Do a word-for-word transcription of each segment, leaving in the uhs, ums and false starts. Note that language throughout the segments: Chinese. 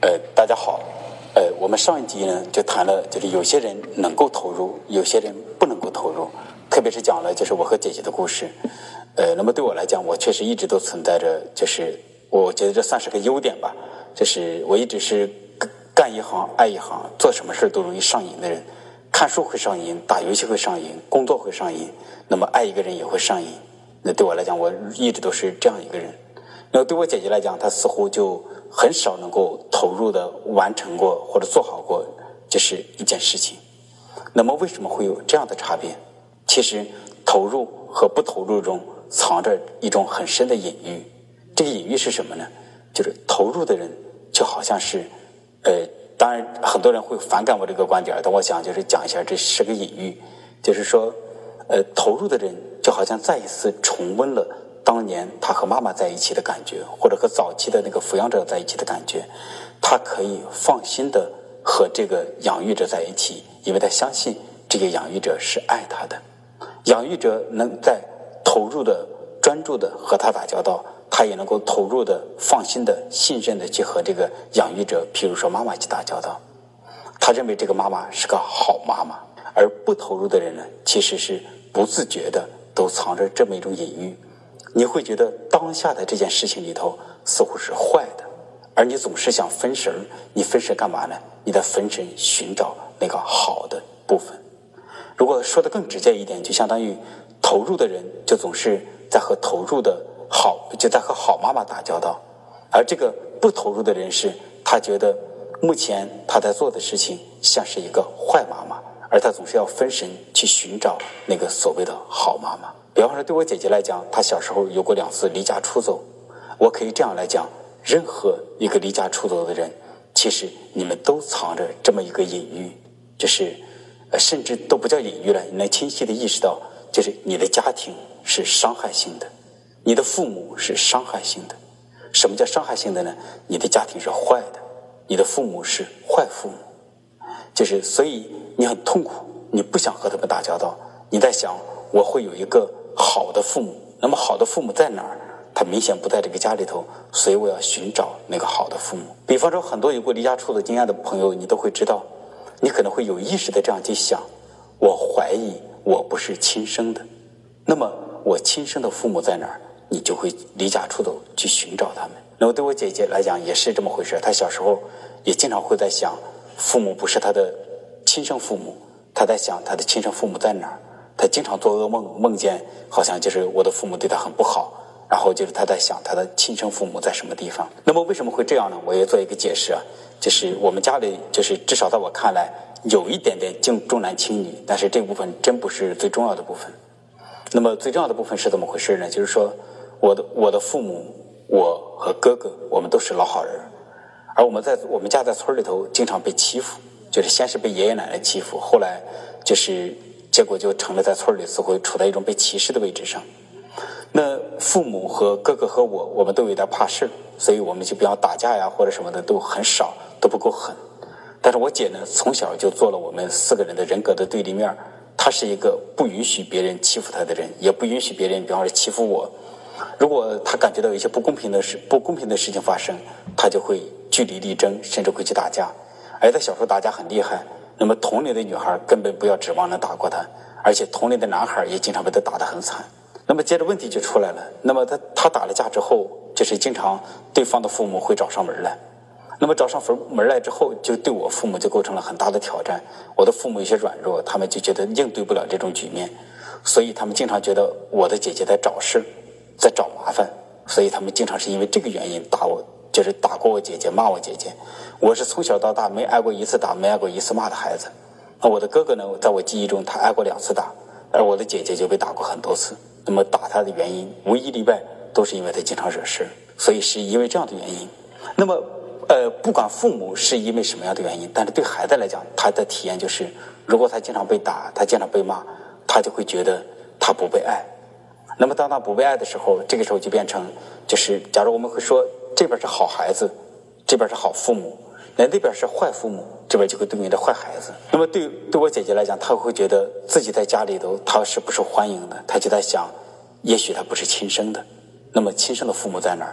呃，大家好。呃，我们上一集呢就谈了，就是有些人能够投入，有些人不能够投入，特别是讲了就是我和姐姐的故事。呃，那么对我来讲，我确实一直都存在着，就是我觉得这算是个优点吧，就是我一直是干一行爱一行，做什么事都容易上瘾的人。看书会上瘾，打游戏会上瘾，工作会上瘾，那么爱一个人也会上瘾。那对我来讲，我一直都是这样一个人。那对我姐姐来讲，她似乎就很少能够投入的完成过或者做好过就是一件事情。那么为什么会有这样的差别？其实投入和不投入中藏着一种很深的隐喻。这个隐喻是什么呢？就是投入的人就好像是呃当然很多人会反感我这个观点，但我想就是讲一下这是个隐喻。就是说呃投入的人就好像再一次重温了当年他和妈妈在一起的感觉，或者和早期的那个抚养者在一起的感觉。他可以放心的和这个养育者在一起，因为他相信这个养育者是爱他的。养育者能在投入的专注的和他打交道，他也能够投入的放心的信任的去和这个养育者，譬如说妈妈去打交道。他认为这个妈妈是个好妈妈。而不投入的人呢，其实是不自觉的都藏着这么一种隐喻。你会觉得当下的这件事情里头似乎是坏的，而你总是想分神。你分神干嘛呢？你在分神寻找那个好的部分。如果说的更直接一点，就相当于投入的人就总是在和投入的好就在和好妈妈打交道，而这个不投入的人是他觉得目前他在做的事情像是一个坏妈妈，而他总是要分神去寻找那个所谓的好妈妈。比方说对我姐姐来讲，她小时候有过两次离家出走。我可以这样来讲，任何一个离家出走的人，其实你们都藏着这么一个隐喻，就是呃，甚至都不叫隐喻了，你能清晰的意识到，就是你的家庭是伤害性的，你的父母是伤害性的。什么叫伤害性的呢？你的家庭是坏的，你的父母是坏父母。就是所以你很痛苦，你不想和他们打交道，你在想我会有一个好的父母，那么好的父母在哪儿？他明显不在这个家里头，所以我要寻找那个好的父母。比方说很多有过离家出走经验的朋友，你都会知道，你可能会有意识的这样去想，我怀疑我不是亲生的，那么我亲生的父母在哪儿？你就会离家出走去寻找他们。那么对我姐姐来讲也是这么回事，她小时候也经常会在想，父母不是她的亲生父母，她在想她的亲生父母在哪儿。她经常做噩梦，梦见好像就是我的父母对她很不好，然后就是她在想她的亲生父母在什么地方。那么为什么会这样呢？我也做一个解释啊，就是我们家里就是至少在我看来有一点点重重男轻女，但是这部分真不是最重要的部分。那么最重要的部分是怎么回事呢？就是说我的我的父母，我和哥哥，我们都是老好人，而我们在我们家在村里头经常被欺负，就是先是被爷爷奶奶欺负，后来就是结果就成了在村里似乎处在一种被歧视的位置上。那父母和哥哥和我，我们都有点怕事，所以我们就比方打架呀或者什么的都很少，都不够狠。但是我姐呢，从小就做了我们四个人的人格的对立面。她是一个不允许别人欺负她的人，也不允许别人比方说欺负我。如果她感觉到有一些不公平的事不公平的事情发生，她就会据理力争，甚至会去打架。而她小时候打架很厉害，那么同龄的女孩根本不要指望能打过她，而且同龄的男孩也经常被她打得很惨。那么接着问题就出来了，那么她她打了架之后，就是经常对方的父母会找上门来。那么找上门来之后，就对我父母就构成了很大的挑战。我的父母有些软弱，他们就觉得应对不了这种局面，所以他们经常觉得我的姐姐在找事，在找麻烦，所以他们经常是因为这个原因打我，就是打过我姐姐，骂我姐姐。我是从小到大没挨过一次打，没挨过一次骂的孩子。那我的哥哥呢，在我记忆中他挨过两次打，而我的姐姐就被打过很多次。那么打他的原因无一例外都是因为他经常惹事，所以是因为这样的原因。那么呃，不管父母是因为什么样的原因，但是对孩子来讲，他的体验就是，如果他经常被打，他经常被骂，他就会觉得他不被爱。那么当他不被爱的时候，这个时候就变成，就是假如我们会说这边是好孩子，这边是好父母，那那边是坏父母，这边就会对应着坏孩子。那么对对我姐姐来讲，她会觉得自己在家里头她是不受欢迎的，她就在想，也许她不是亲生的，那么亲生的父母在哪儿？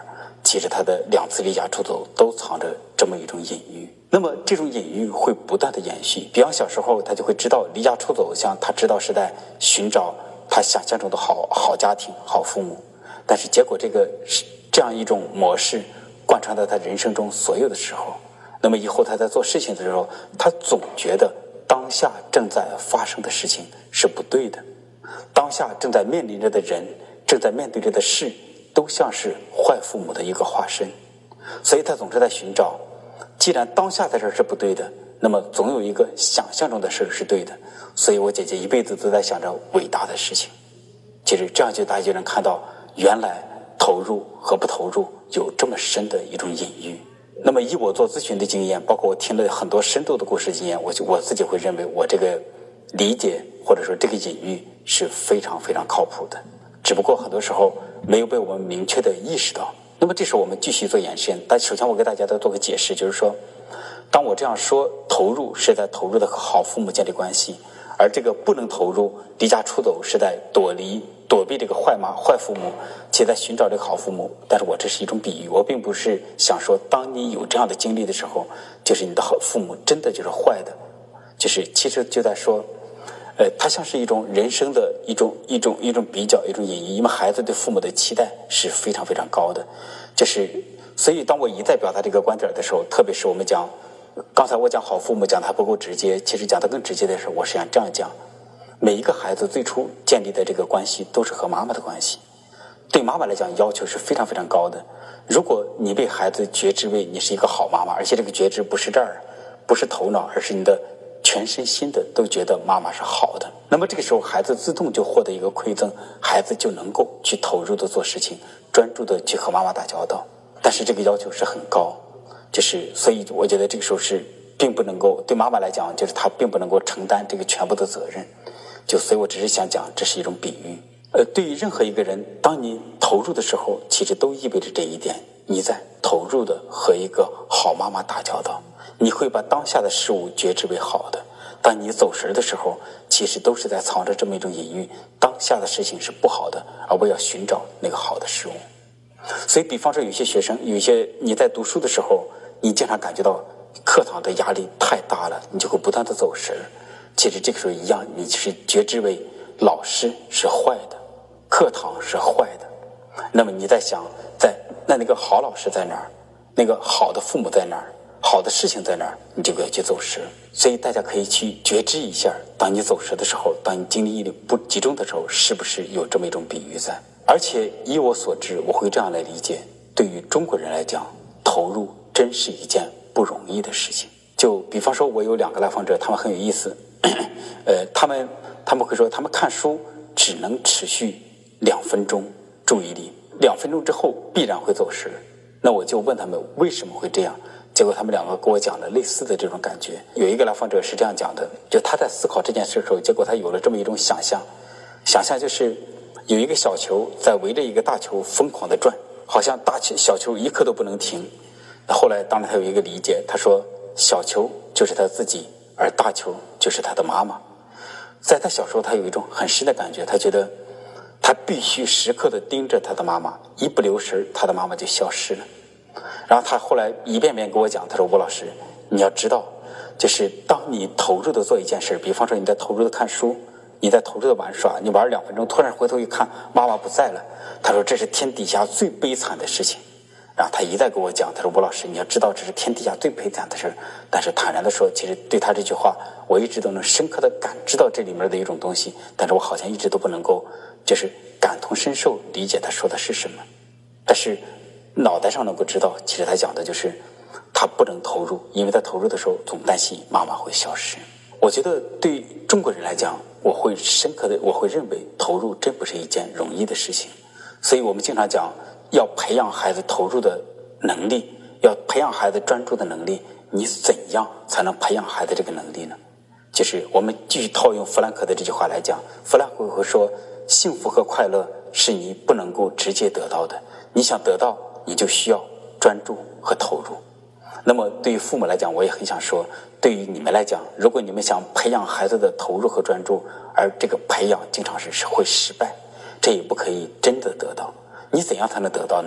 其实他的两次离家出走都藏着这么一种隐喻。那么这种隐喻会不断的延续，比方小时候他就会知道离家出走，像他知道是在寻找他想象中的好好家庭、好父母，但是结果这个这样一种模式贯穿到他人生中所有的时候，那么以后他在做事情的时候，他总觉得当下正在发生的事情是不对的，当下正在面临着的人，正在面对着的事，都像是坏父母的一个化身。所以他总是在寻找，既然当下的事是不对的，那么总有一个想象中的事是对的。所以我姐姐一辈子都在想着伟大的事情。其实这样就大家就能看到，原来投入和不投入有这么深的一种隐喻。那么以我做咨询的经验，包括我听了很多深度的故事经验，我就我自己会认为我这个理解或者说这个隐喻是非常非常靠谱的，只不过很多时候没有被我们明确的意识到。那么这时候我们继续做延伸，但首先我给大家再做个解释，就是说当我这样说投入是在投入的和好父母建立关系，而这个不能投入离家出走是在躲离躲避这个坏妈坏父母，且在寻找这个好父母。但是我这是一种比喻，我并不是想说当你有这样的经历的时候，就是你的好父母真的就是坏的，就是其实就在说呃，它像是一种人生的一种一种一种比较，一种隐喻。因为孩子对父母的期待是非常非常高的，就是所以当我一再表达这个观点的时候，特别是我们讲刚才我讲好父母讲的还不够直接，其实讲的更直接的时候，我是想这样讲：每一个孩子最初建立的这个关系都是和妈妈的关系，对妈妈来讲要求是非常非常高的。如果你被孩子觉知为你是一个好妈妈，而且这个觉知不是这儿，不是头脑，而是你的全身心的都觉得妈妈是好的，那么这个时候孩子自动就获得一个馈赠，孩子就能够去投入的做事情，专注的去和妈妈打交道。但是这个要求是很高，就是所以我觉得这个时候是并不能够对妈妈来讲，就是她并不能够承担这个全部的责任。就所以我只是想讲这是一种比喻。呃，对于任何一个人，当你投入的时候，其实都意味着这一点，你在投入的和一个好妈妈打交道，你会把当下的事物觉知为好的。当你走神的时候，其实都是在藏着这么一种隐喻，当下的事情是不好的，而我要寻找那个好的事物。所以比方说有些学生，有一些你在读书的时候，你经常感觉到课堂的压力太大了，你就会不断的走神。其实这个时候一样，你是觉知为老师是坏的，课堂是坏的，那么你在想，在那那个好老师在哪儿，那个好的父母在哪儿，好的事情在哪儿，你就不要去走神。所以大家可以去觉知一下，当你走神的时候，当你精力不集中的时候，是不是有这么一种比喻在。而且以我所知，我会这样来理解，对于中国人来讲，投入真是一件不容易的事情。就比方说我有两个来访者，他们很有意思，呃，他们他们会说他们看书只能持续两分钟注意力，两分钟之后必然会走神。那我就问他们为什么会这样，结果他们两个跟我讲了类似的这种感觉。有一个来访者是这样讲的，就他在思考这件事的时候，结果他有了这么一种想象，想象就是有一个小球在围着一个大球疯狂的转，好像大球小球一刻都不能停。后来当然他有一个理解，他说小球就是他自己，而大球就是他的妈妈。在他小时候他有一种很深的感觉，他觉得他必须时刻的盯着他的妈妈，一不留神他的妈妈就消失了。然后他后来一遍遍跟我讲，他说吴老师，你要知道，就是当你投入的做一件事，比方说你在投入的看书，你在投入的玩耍，你玩两分钟，突然回头一看妈妈不在了，他说这是天底下最悲惨的事情。然后他一再跟我讲，他说吴老师，你要知道这是天底下最悲惨的事。但是坦然的说，其实对他这句话我一直都能深刻的感知到这里面的一种东西，但是我好像一直都不能够就是感同身受理解他说的是什么。但是脑袋上能够知道，其实他讲的就是他不能投入，因为他投入的时候总担心妈妈会消失。我觉得对中国人来讲，我会深刻的我会认为投入真不是一件容易的事情。所以我们经常讲要培养孩子投入的能力，要培养孩子专注的能力，你怎样才能培养孩子这个能力呢？就是我们继续套用弗兰克的这句话来讲，弗兰克会说，幸福和快乐是你不能够直接得到的，你想得到你就需要专注和投入。那么对于父母来讲，我也很想说，对于你们来讲，如果你们想培养孩子的投入和专注，而这个培养经常是会失败，这也不可以真的得到。你怎样才能得到呢？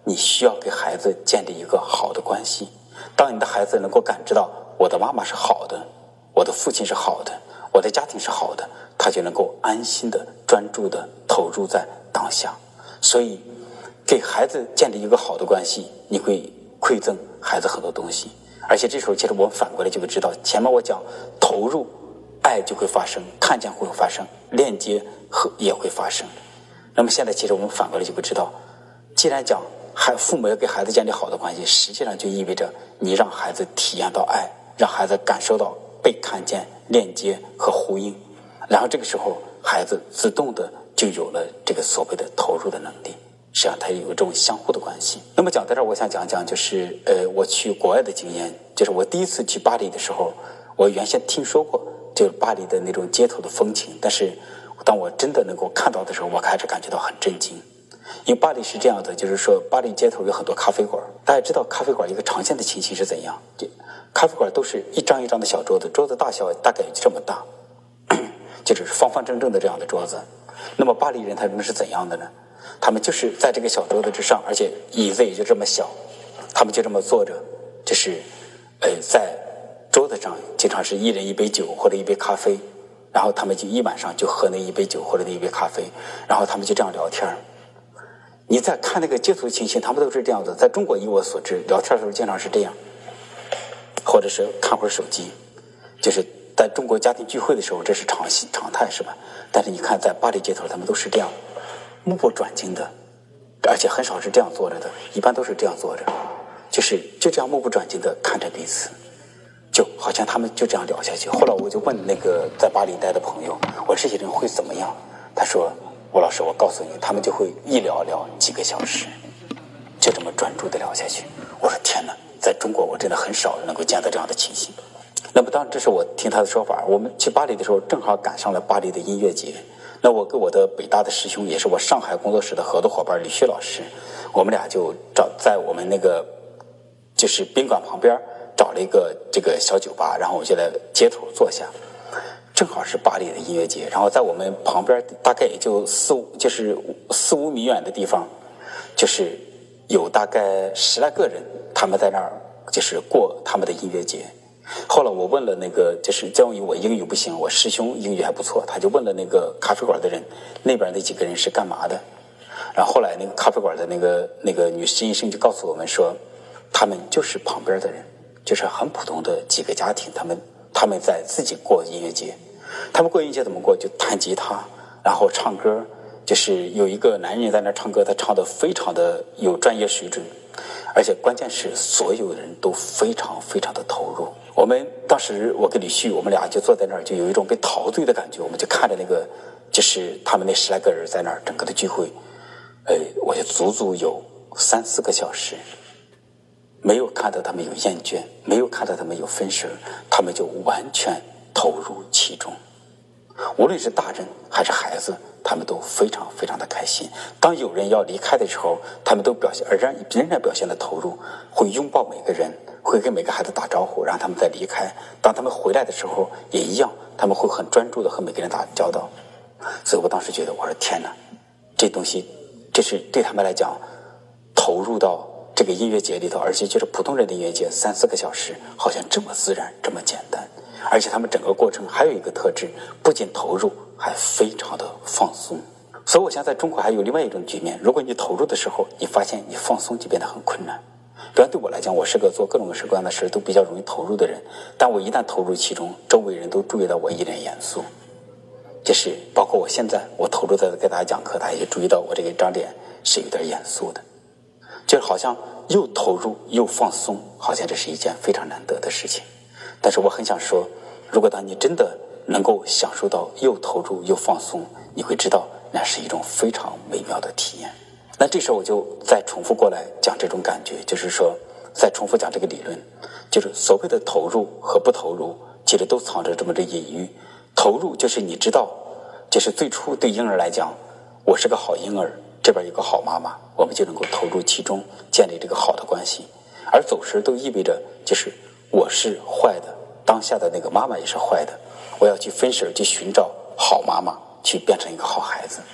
你需要给孩子建立一个好的关系。当你的孩子能够感知到我的妈妈是好的，我的父亲是好的，我的家庭是好的，他就能够安心的专注的投入在当下。所以给孩子建立一个好的关系，你会馈赠孩子很多东西。而且这时候其实我们反过来就会知道，前面我讲投入爱就会发生，看见会发生，链接和也会发生。那么现在其实我们反过来就会知道，既然讲孩父母要给孩子建立好的关系，实际上就意味着你让孩子体验到爱，让孩子感受到被看见、链接和呼应，然后这个时候孩子自动的就有了这个所谓的投入的能力。实际上它有这种相互的关系。那么讲到这儿，我想讲讲就是呃，我去国外的经验。就是我第一次去巴黎的时候，我原先听说过就是巴黎的那种街头的风情，但是当我真的能够看到的时候，我开始感觉到很震惊。因为巴黎是这样的，就是说巴黎街头有很多咖啡馆，大家知道咖啡馆一个常见的情形是怎样？就咖啡馆都是一张一张的小桌子，桌子大小大概这么大，就是方方正正的这样的桌子。那么巴黎人他们是怎样的呢？他们就是在这个小桌子之上，而且椅子也就这么小，他们就这么坐着，就是呃在桌子上经常是一人一杯酒或者一杯咖啡，然后他们就一晚上就喝那一杯酒或者那一杯咖啡，然后他们就这样聊天。你在看那个街头情形，他们都是这样的。在中国以我所知，聊天的时候经常是这样，或者是看会儿手机，就是在中国家庭聚会的时候这是常常态，是吧？但是你看在巴黎街头他们都是这样目不转睛的，而且很少是这样坐着的，一般都是这样坐着，就是就这样目不转睛的看着彼此，就好像他们就这样聊下去。后来我就问那个在巴黎待的朋友，我说这些人会怎么样？他说，吴老师，我告诉你，他们就会一聊聊几个小时，就这么专注的聊下去。我说天哪，在中国我真的很少能够见到这样的情形。那么当然这是我听他的说法。我们去巴黎的时候正好赶上了巴黎的音乐节，那我跟我的北大的师兄，也是我上海工作室的合作伙伴李旭老师，我们俩就找在我们那个就是宾馆旁边找了一个这个小酒吧，然后我就在街头坐下，正好是巴黎的音乐节，然后在我们旁边大概也就四五就是四五米远的地方，就是有大概十来个人，他们在那儿就是过他们的音乐节。后来我问了那个，就是鉴于我英语不行，我师兄英语还不错，他就问了那个咖啡馆的人，那边那几个人是干嘛的？然后后来那个咖啡馆的那个那个女实习生就告诉我们说，他们就是旁边的人，就是很普通的几个家庭，他们他们在自己过音乐节。他们过音乐节怎么过？就弹吉他，然后唱歌，就是有一个男人在那唱歌，他唱得非常的有专业水准，而且关键是所有人都非常非常的投入。我们当时我跟李旭，我们俩就坐在那儿，就有一种被陶醉的感觉。我们就看着那个，就是他们那十来个人在那儿整个的聚会，呃，我就足足有三四个小时，没有看到他们有厌倦，没有看到他们有分神，他们就完全投入其中。无论是大人还是孩子，他们都非常非常的开心。当有人要离开的时候，他们都表现，而仍仍然表现的投入，会拥抱每个人，会跟每个孩子打招呼，让他们再离开。当他们回来的时候也一样，他们会很专注的和每个人打交道。所以我当时觉得，我说天哪，这东西这是对他们来讲投入到这个音乐节里头，而且就是普通人的音乐节三四个小时，好像这么自然这么简单。而且他们整个过程还有一个特质，不仅投入，还非常的放松。所以我想在中国还有另外一种局面，如果你投入的时候，你发现你放松就变得很困难。比方对我来讲，我是个做各种各样的事都比较容易投入的人，但我一旦投入其中，周围人都注意到我一脸严肃。就是包括我现在我投入在给大家讲课，大家也注意到我这个张脸是有点严肃的，就好像又投入又放松，好像这是一件非常难得的事情。但是我很想说，如果当你真的能够享受到又投入又放松，你会知道那是一种非常美妙的体验。那这时候我就再重复过来讲这种感觉，就是说再重复讲这个理论，就是所谓的投入和不投入其实都藏着这么个隐喻。投入就是你知道，就是最初对婴儿来讲，我是个好婴儿，这边有个好妈妈，我们就能够投入其中，建立这个好的关系。而走神都意味着就是我是坏的，当下的那个妈妈也是坏的，我要去分神去寻找好妈妈，去变成一个好孩子。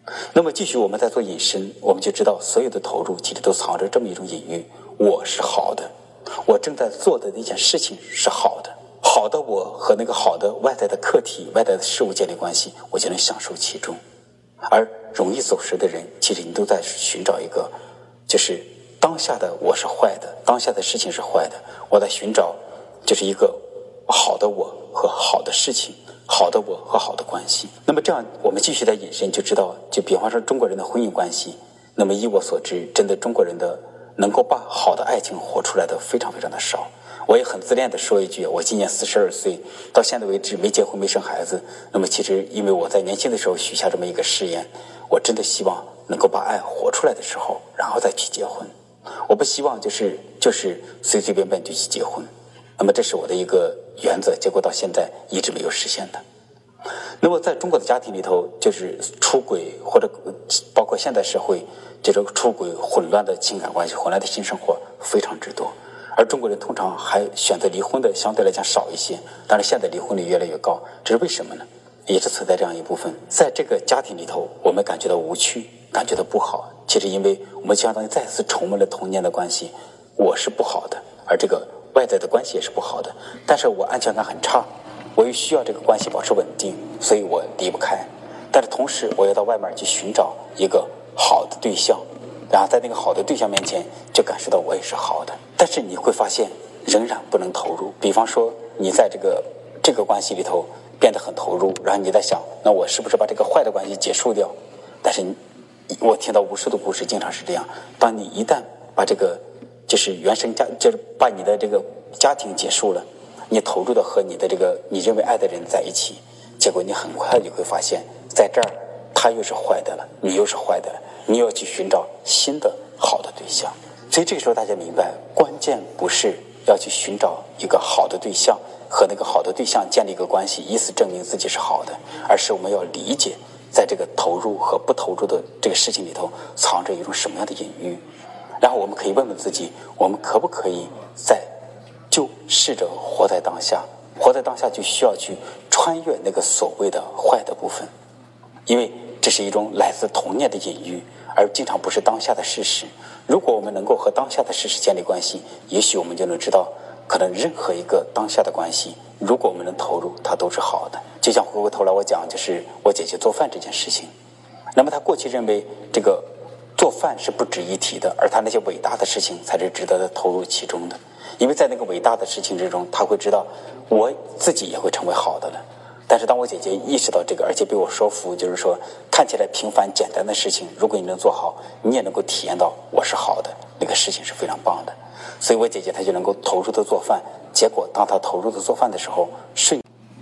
那么继续我们再做引申，我们就知道所有的投入其实都藏着这么一种隐喻：我是好的，我正在做的那件事情是好的，好的我和那个好的外在的客体、外在的事物建立关系，我就能享受其中。而容易走失的人，其实你都在寻找一个，就是当下的我是坏的，当下的事情是坏的，我在寻找就是一个好的我和好的事情，好的我和好的关系。那么这样我们继续再引申，就知道，就比方说中国人的婚姻关系，那么依我所知，真的中国人的能够把好的爱情活出来的非常非常的少。我也很自恋的说一句，我今年四十二岁，到现在为止没结婚没生孩子。那么其实因为我在年轻的时候许下这么一个誓言，我真的希望能够把爱活出来的时候，然后再去结婚。我不希望就是就是随随便便就去结婚。那么这是我的一个原则，结果到现在一直没有实现的。那么在中国的家庭里头，就是出轨或者包括现代社会这种出轨、混乱的情感关系、混乱的性生活非常之多。而中国人通常还选择离婚的相对来讲少一些，但是现在离婚率越来越高，这是为什么呢？也是存在这样一部分，在这个家庭里头，我们感觉到无趣，感觉到不好，其实因为我们相当于再次重温了童年的关系，我是不好的，而这个外在的关系也是不好的，但是我安全感很差，我又需要这个关系保持稳定，所以我离不开。但是同时，我要到外面去寻找一个好的对象，然后在那个好的对象面前就感受到我也是好的。但是你会发现仍然不能投入。比方说你在这个这个关系里头变得很投入，然后你在想，那我是不是把这个坏的关系结束掉？但是我听到无数的故事经常是这样，当你一旦把这个就是原生家就是把你的这个家庭结束了，你投入的和你的这个你认为爱的人在一起，结果你很快就会发现在这儿他又是坏的了，你又是坏的了，你要去寻找新的好的对象。所以这个时候大家明白，关键不是要去寻找一个好的对象和那个好的对象建立一个关系，以此证明自己是好的，而是我们要理解在这个投入和不投入的这个事情里头藏着一种什么样的隐喻。然后我们可以问问自己，我们可不可以在就试着活在当下，活在当下就需要去穿越那个所谓的坏的部分，因为这是一种来自童年的隐喻，而经常不是当下的事实。如果我们能够和当下的事实建立关系，也许我们就能知道，可能任何一个当下的关系，如果我们能投入，它都是好的。就像回过头来我讲，就是我姐姐做饭这件事情，那么她过去认为这个做饭是不值一提的，而她那些伟大的事情才是值得的投入其中的。因为在那个伟大的事情之中，她会知道我自己也会成为好的了。但是当我姐姐意识到这个，而且被我说服，就是说看起来平凡简单的事情，如果你能做好，你也能够体验到我是好的，那个事情是非常棒的。所以我姐姐她就能够投入的做饭，结果当她投入的做饭的时候，瞬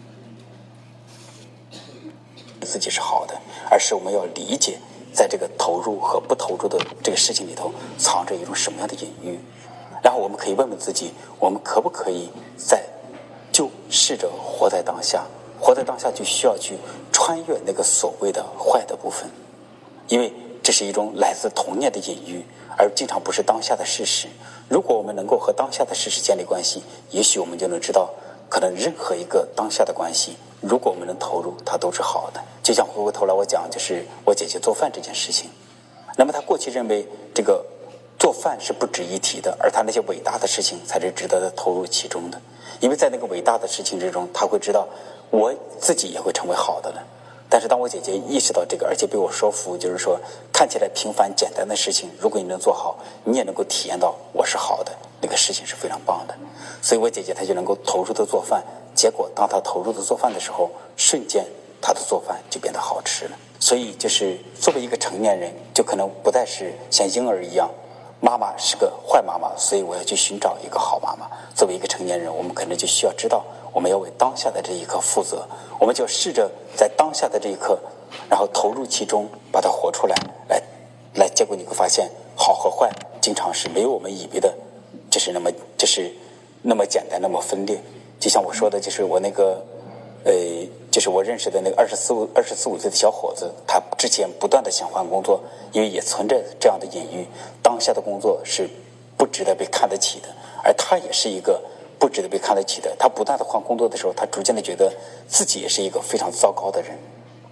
自己是好的，而是我们要理解在这个投入和不投入的这个事情里头藏着一种什么样的隐喻。然后我们可以问问自己，我们可不可以在就试着活在当下，活在当下就需要去穿越那个所谓的坏的部分，因为这是一种来自童年的隐喻，而经常不是当下的事实。如果我们能够和当下的事实建立关系，也许我们就能知道，可能任何一个当下的关系，如果我们能投入，它都是好的。就像回过头来我讲，就是我姐姐做饭这件事情，那么她过去认为这个做饭是不值一提的，而她那些伟大的事情才是值得的投入其中的。因为在那个伟大的事情之中，她会知道我自己也会成为好的了。但是当我姐姐意识到这个，而且被我说服，就是说看起来平凡简单的事情，如果你能做好，你也能够体验到我是好的，那个事情是非常棒的。所以我姐姐她就能够投入的做饭，结果当她投入的做饭的时候，瞬间她的做饭就变得好吃了。所以就是作为一个成年人，就可能不再是像婴儿一样，妈妈是个坏妈妈，所以我要去寻找一个好妈妈。作为一个成年人，我们可能就需要知道，我们要为当下的这一刻负责，我们就试着在当下的这一刻，然后投入其中，把它活出来，来，来，结果你会发现，好和坏经常是没有我们以为的，就是那么，就是那么简单，那么分裂。就像我说的，就是我那个，呃，就是我认识的那个二十四五、二十四五岁的小伙子，他之前不断的想换工作，因为也存着这样的隐喻，当下的工作是不值得被看得起的，而他也是一个不值得被看得起的。他不断的换工作的时候，他逐渐的觉得自己也是一个非常糟糕的人。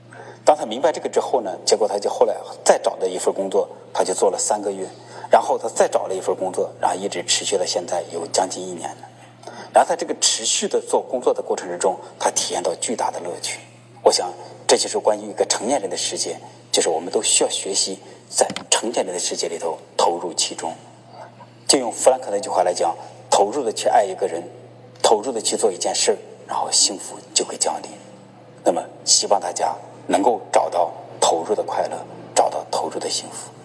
当他明白这个之后呢，结果他就后来再找了一份工作，他就做了三个月，然后他再找了一份工作，然后一直持续到现在有将近一年了。然后在这个持续的做工作的过程之中，他体验到巨大的乐趣。我想这就是关于一个成年人的世界，就是我们都需要学习在成年人的世界里头投入其中。就用弗兰克那句话来讲，投入的去爱一个人，投入的去做一件事，然后幸福就会降临。那么希望大家能够找到投入的快乐，找到投入的幸福。